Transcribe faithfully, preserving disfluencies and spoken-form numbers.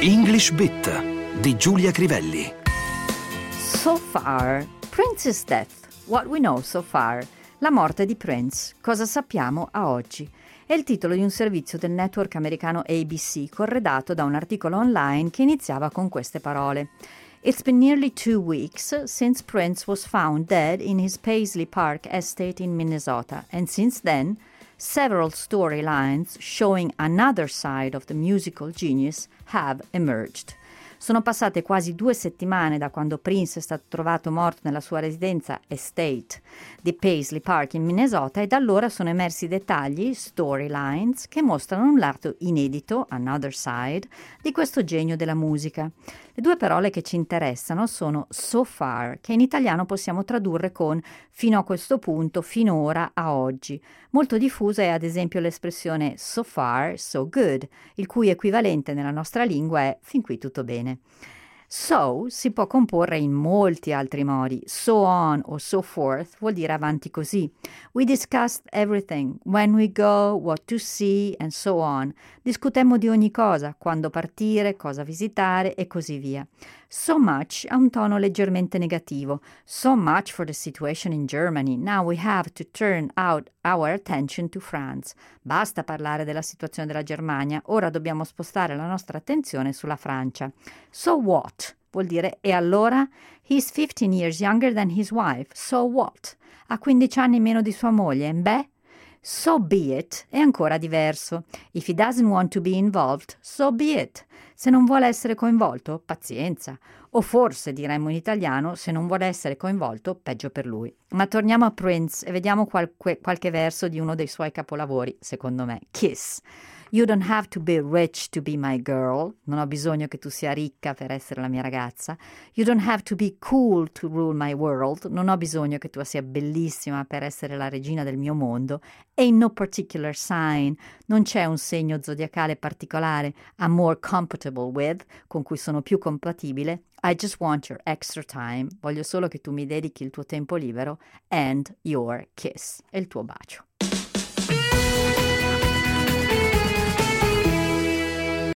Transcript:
English Bit di Giulia Crivelli. So far, Prince's death. What we know so far. La morte di Prince. Cosa sappiamo a oggi? È il titolo di un servizio del network americano A B C, corredato da un articolo online che iniziava con queste parole. It's been nearly two weeks since Prince was found dead in his Paisley Park estate in Minnesota, and since then, several storylines showing another side of the musical genius have emerged. Sono passate quasi due settimane da quando Prince è stato trovato morto nella sua residenza estate di Paisley Park in Minnesota e da allora sono emersi dettagli, storylines, che mostrano un lato inedito, another side, di questo genio della musica. Le due parole che ci interessano sono so far, che in italiano possiamo tradurre con fino a questo punto, finora, a oggi. Molto diffusa è ad esempio l'espressione so far, so good, il cui equivalente nella nostra lingua è fin qui tutto bene. So si può comporre in molti altri modi. So on o so forth vuol dire avanti così. We discussed everything, when we go, what to see and so on. Discutemmo di ogni cosa, quando partire, cosa visitare e così via. So much ha un tono leggermente negativo. So much for the situation in Germany. Now we have to turn out our attention to France. Basta parlare della situazione della Germania, ora dobbiamo spostare la nostra attenzione sulla Francia. So what? Vuol dire e allora? He's fifteen years younger than his wife. So what? Ha quindici anni meno di sua moglie. Beh, so be it è ancora diverso. If he doesn't want to be involved, so be it. Se non vuole essere coinvolto, pazienza. O forse, diremmo in italiano, se non vuole essere coinvolto, peggio per lui. Ma torniamo a Prince e vediamo qualche, qualche verso di uno dei suoi capolavori, secondo me. Kiss. You don't have to be rich to be my girl. Non ho bisogno che tu sia ricca per essere la mia ragazza. You don't have to be cool to rule my world. Non ho bisogno che tu sia bellissima per essere la regina del mio mondo. Ain't no particular sign. Non c'è un segno zodiacale particolare I'm more compatible with, con cui sono più compatibile. I just want your extra time. Voglio solo che tu mi dedichi il tuo tempo libero and your kiss. E il tuo bacio.